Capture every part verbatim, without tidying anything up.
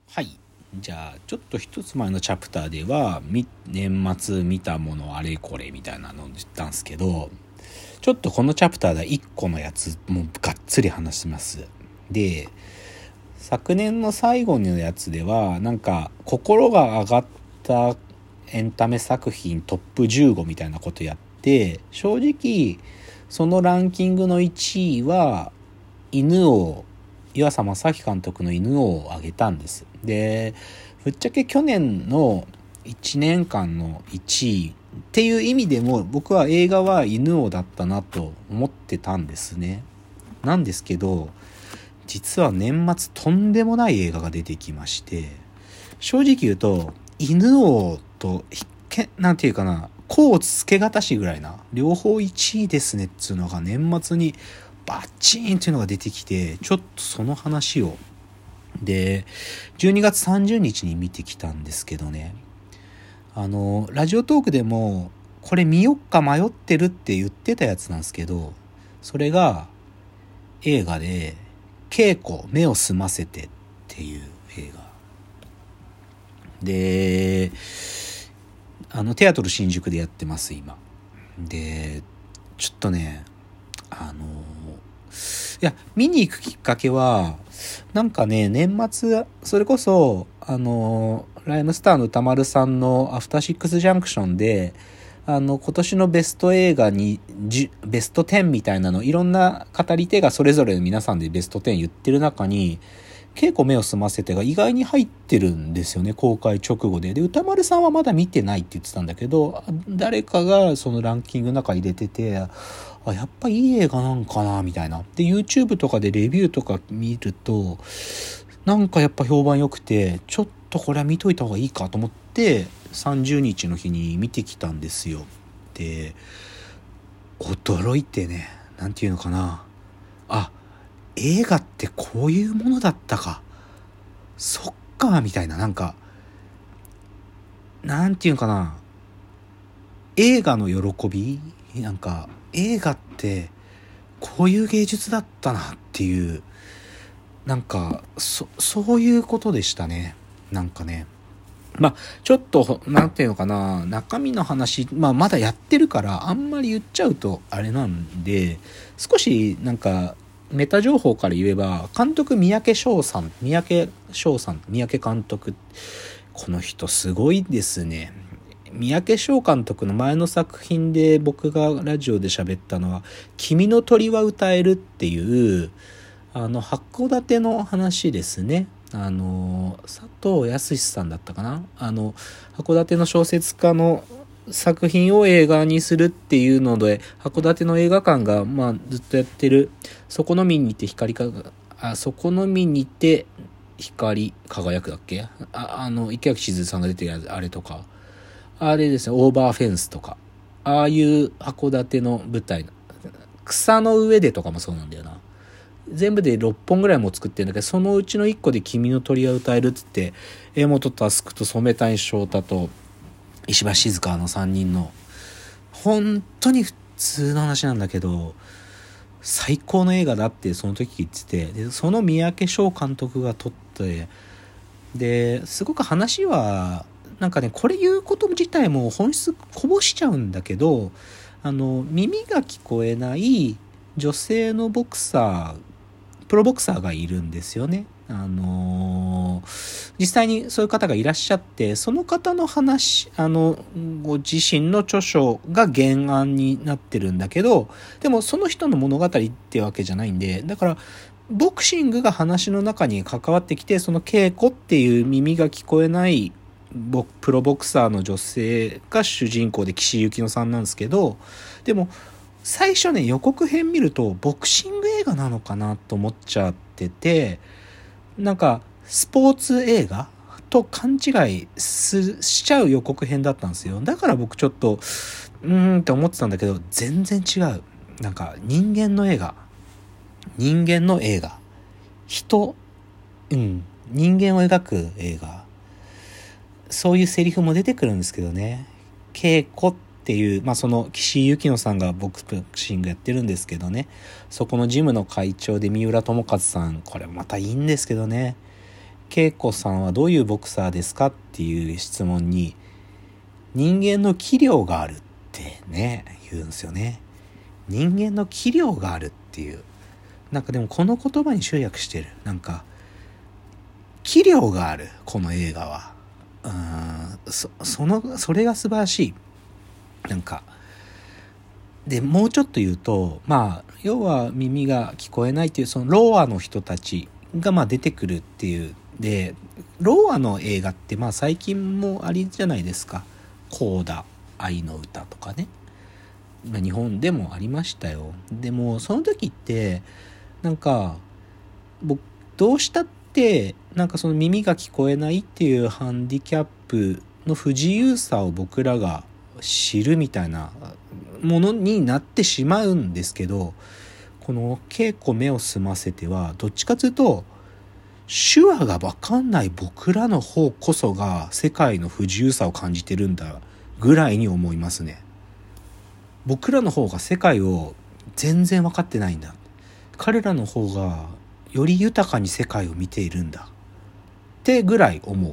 はい。じゃあ、ちょっと一つ前のチャプターでは、年末見たものあれこれみたいなのを言ったんですけど、ちょっとこのチャプターではいっこのやつ、もうがっつり話します。で、昨年の最後のやつでは、なんか、心が上がったエンタメ作品トップじゅうごみたいなことやって、正直、そのランキングのいちいは、犬王、湯浅正樹監督の犬王を挙げたんです。で、ぶっちゃけ去年のいちねんかんのいちいっていう意味でも僕は映画は犬王だったなと思ってたんですね。なんですけど、実は年末とんでもない映画が出てきまして、正直言うと犬王となんていうかな、甲乙つけがたしぐらいな、両方いちいですねっつうのが年末にバッチーンっていうのが出てきて、ちょっとその話をでじゅうにがつさんじゅうにちに見てきたんですけどね、あのラジオトークでもこれ見よっか迷ってるって言ってたやつなんですけど、それが映画で稽古目を澄ませてっていう映画で、あのテアトル新宿でやってます今で、ちょっとね、あのいや見に行くきっかけはなんかね、年末それこそあのライムスターの歌丸さんのアフターシックスジャンクションで、あの今年のベスト映画にベストじゅうみたいなの、いろんな語り手がそれぞれ皆さんでベストじゅう言ってる中に、稽古目を澄ませてが意外に入ってるんですよね、公開直後で。で、歌丸さんはまだ見てないって言ってたんだけど、誰かがそのランキングの中に出てて、あ、やっぱいい映画なんかなみたいな。で YouTube とかでレビューとか見るとなんかやっぱ評判良くて、ちょっとこれは見といた方がいいかと思ってさんじゅうにちの日に見てきたんですよ。で、驚いてね、なんていうのかな、あ、映画ってこういうものだったか、そっかみたいな、なんかなんていうのかな、映画の喜び、なんか映画ってこういう芸術だったなっていう、なんかそそういうことでしたね。なんかね、まあちょっとなんていうのかな、中身の話、まあまだやってるからあんまり言っちゃうとあれなんで、少しなんかメタ情報から言えば、監督三宅翔さん、三宅翔さん、三宅監督、この人すごいですね。三宅翔監督の前の作品で僕がラジオで喋ったのは君の鳥は歌えるっていう、あの函館の話ですね。あの佐藤康さんだったかな、あの函館の小説家の作品を映画にするっていうので、函館の映画館がまあずっとやってる、そこのみにて光かあそこのみにて光輝くだっけ、ああの池脇千鶴さんが出てるあれとか、あれですね、オーバーフェンスとか、ああいう函館の舞台、草の上でとかもそうなんだよな。全部でろっぽんぐらいも作ってるんだけど、そのうちのいっこで君の鳥は歌えるっつって、江本佑と染谷翔太と石橋静河のさんにんの本当に普通の話なんだけど最高の映画だってその時言ってて、でその三宅翔監督が撮って、ですごく話はなんかね、これ言うこと自体も本質こぼしちゃうんだけど、あの耳が聞こえない女性のボクサー、プロボクサーがいるんですよね。あのー、実際にそういう方がいらっしゃって、その方の話、あのご自身の著書が原案になってるんだけど、でもその人の物語ってわけじゃないんで、だからボクシングが話の中に関わってきて、その稽古っていう耳が聞こえないプロボクサーの女性が主人公で岸由紀乃さんなんですけど、でも最初ね、予告編見るとボクシング映画なのかなと思っちゃってて、なんかスポーツ映画と勘違いしちゃう予告編だったんですよ。だから僕ちょっとうーんって思ってたんだけど、全然違う。なんか人間の映画、人間の映画、人、うん人間を描く映画、そういうセリフも出てくるんですけどね。稽古っていう、まあその岸井ゆきのさんがボクシングやってるんですけどね、そこのジムの会長で三浦友和さん、これまたいいんですけどね。 恵子さんはどういうボクサーですかっていう質問に、人間の器量があるってね言うんですよね。人間の器量があるっていう、なんかでもこの言葉に集約してる、なんか器量がある、この映画は。うーん、そそのそれが素晴らしい。なんかでもうちょっと言うと、まあ要は耳が聞こえないっていうそのローアの人たちがまあ出てくるっていうで、ローアの映画ってまあ最近もありじゃないですか。コーダ愛の歌とかね、まあ、日本でもありましたよ。でもその時ってなんか僕どうしたってなんかその耳が聞こえないっていうハンディキャップの不自由さを僕らが知るみたいなものになってしまうんですけど、この稽古目を澄ませてはどっちかというと手話が分かんない僕らの方こそが世界の不自由さを感じてるんだぐらいに思いますね。僕らの方が世界を全然分かってないんだ、彼らの方がより豊かに世界を見ているんだってぐらい思う。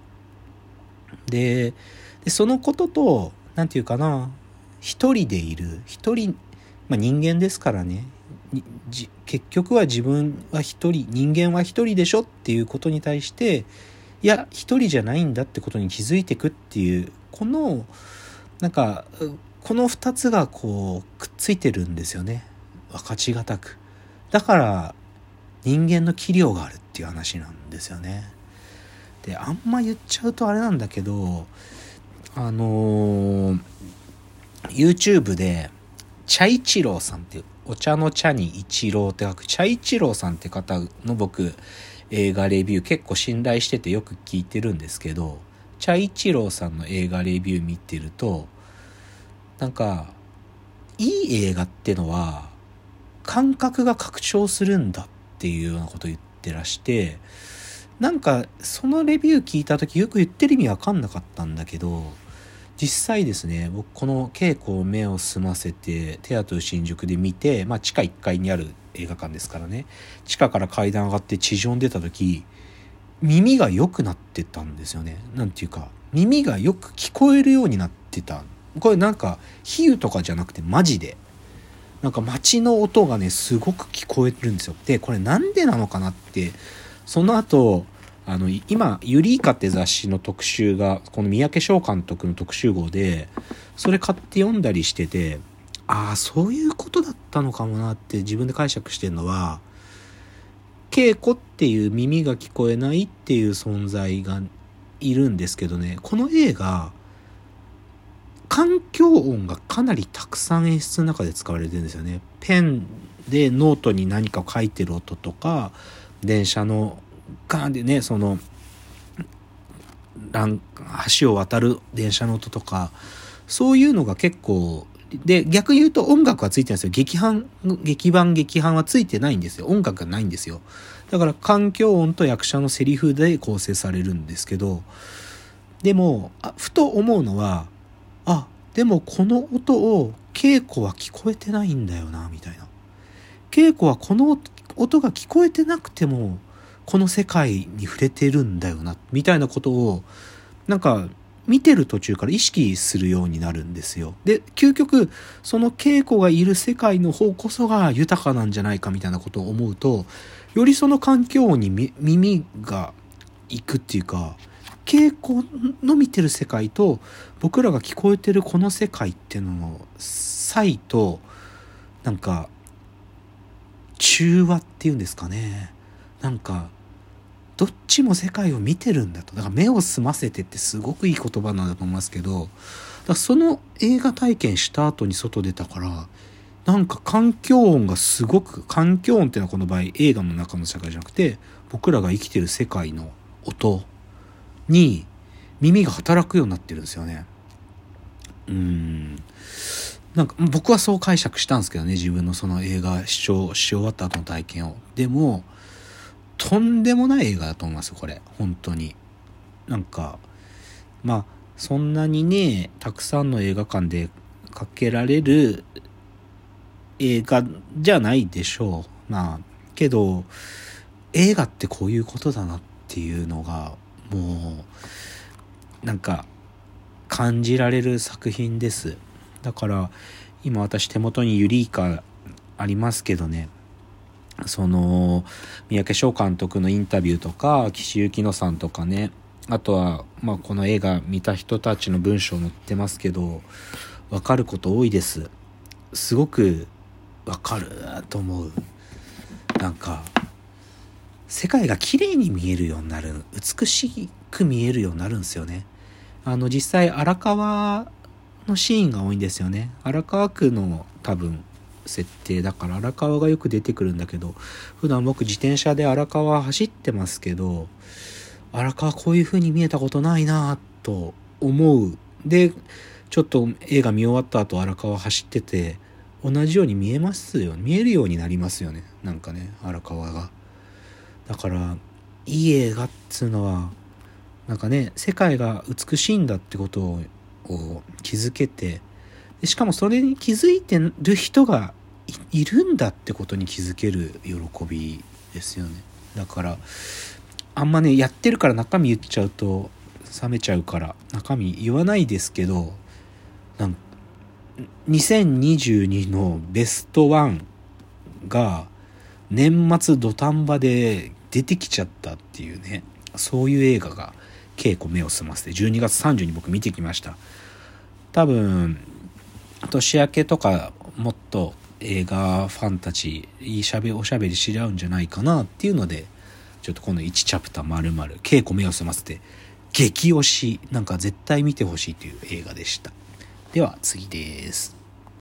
で、でそのこととなんていうかな、一人でいる一人、まあ、人間ですからね、結局は自分は一人、人間は一人でしょっていうことに対して、いや一人じゃないんだってことに気づいていくっていう、このなんかこの二つがこうくっついてるんですよね、分かちがたく。だから人間の器量があるっていう話なんですよね。であんま言っちゃうとあれなんだけど、あのー、YouTube でチャイチローさんっていう、お茶の茶に一郎って書くチャイチローさんって方の僕映画レビュー結構信頼しててよく聞いてるんですけど、チャイチローさんの映画レビュー見てると、なんかいい映画ってのは感覚が拡張するんだっていうようなことを言ってらして、なんかそのレビュー聞いた時よく言ってる意味わかんなかったんだけど、実際ですね、僕この稽古を目を澄ませてテアトル新宿で見て、まあ地下いっかいにある映画館ですからね、地下から階段上がって地上に出た時、耳が良くなってたんですよね。なんていうか耳がよく聞こえるようになってた。これなんか比喩とかじゃなくてマジでなんか街の音がねすごく聞こえるんですよ。でこれなんでなのかなって、その後あの今ユリイカって雑誌の特集がこの三宅翔監督の特集号でそれ買って読んだりしてて、ああそういうことだったのかもなって自分で解釈してるのは、稽古っていう耳が聞こえないっていう存在がいるんですけどね、この映画環境音がかなりたくさん演出の中で使われてるんですよね。ペンでノートに何かを書いてる音とか、電車のガーンでね、その橋を渡る電車の音とか、そういうのが結構で、逆に言うと音楽はついてないんですよ。劇伴劇伴劇伴はついてないんですよ。音楽がないんですよ。だから環境音と役者のセリフで構成されるんですけど、でもあふと思うのは、あでもこの音を稽古は聞こえてないんだよなみたいな。稽古はこの音が聞こえてなくてもこの世界に触れてるんだよなみたいなことをなんか見てる途中から意識するようになるんですよ。で究極その稽古がいる世界の方こそが豊かなんじゃないかみたいなことを思うと、よりその環境に耳がいくっていうか、稽古の見てる世界と僕らが聞こえてるこの世界っていうのの差異となんか中和っていうんですかね、なんかどっちも世界を見てるんだと。だから目を澄ませてってすごくいい言葉なんだと思いますけど、だからその映画体験した後に外出たから、なんか環境音がすごく、環境音っていうのはこの場合映画の中の世界じゃなくて僕らが生きてる世界の音に耳が働くようになってるんですよね。うーんなんか僕はそう解釈したんですけどね、自分のその映画視聴し終わった後の体験を。でもとんでもない映画だと思いますよこれ本当に。なんかまあそんなにねたくさんの映画館でかけられる映画じゃないでしょう。まあけど映画ってこういうことだなってっていうのがもうなんか感じられる作品です。だから今私手元にユリイカありますけどね、その三宅翔監督のインタビューとか岸由紀乃さんとかね、あとはまあこの映画見た人たちの文章載ってますけど、分かること多いです。すごく分かると思う。なんか世界が綺麗に見えるようになる、美しく見えるようになるんですよね。あの実際荒川のシーンが多いんですよね。荒川区の多分設定だから荒川がよく出てくるんだけど、普段僕自転車で荒川走ってますけど、荒川こういう風に見えたことないなと思う。でちょっと映画見終わった後荒川走ってて同じように見えますよ、見えるようになりますよね。なんかね、荒川が。だからいい映画っつうのはなんかね、世界が美しいんだってことを気づけて、でしかもそれに気づいてる人が い, いるんだってことに気づける喜びですよね。だからあんまね、やってるから中身言っちゃうと冷めちゃうから中身言わないですけど、なんかにせんにじゅうにのベストワンが年末土壇場で出てきちゃったっていうね、そういう映画が稽古目を澄ませてじゅうにがつさんじゅうにちに僕見てきました。多分年明けとかもっと映画ファンたちいいしゃべおしゃべりし合うんじゃないかなっていうので、ちょっとこのいちチャプター丸々稽古目を澄ませて激推し、なんか絶対見てほしいという映画でした。では次です。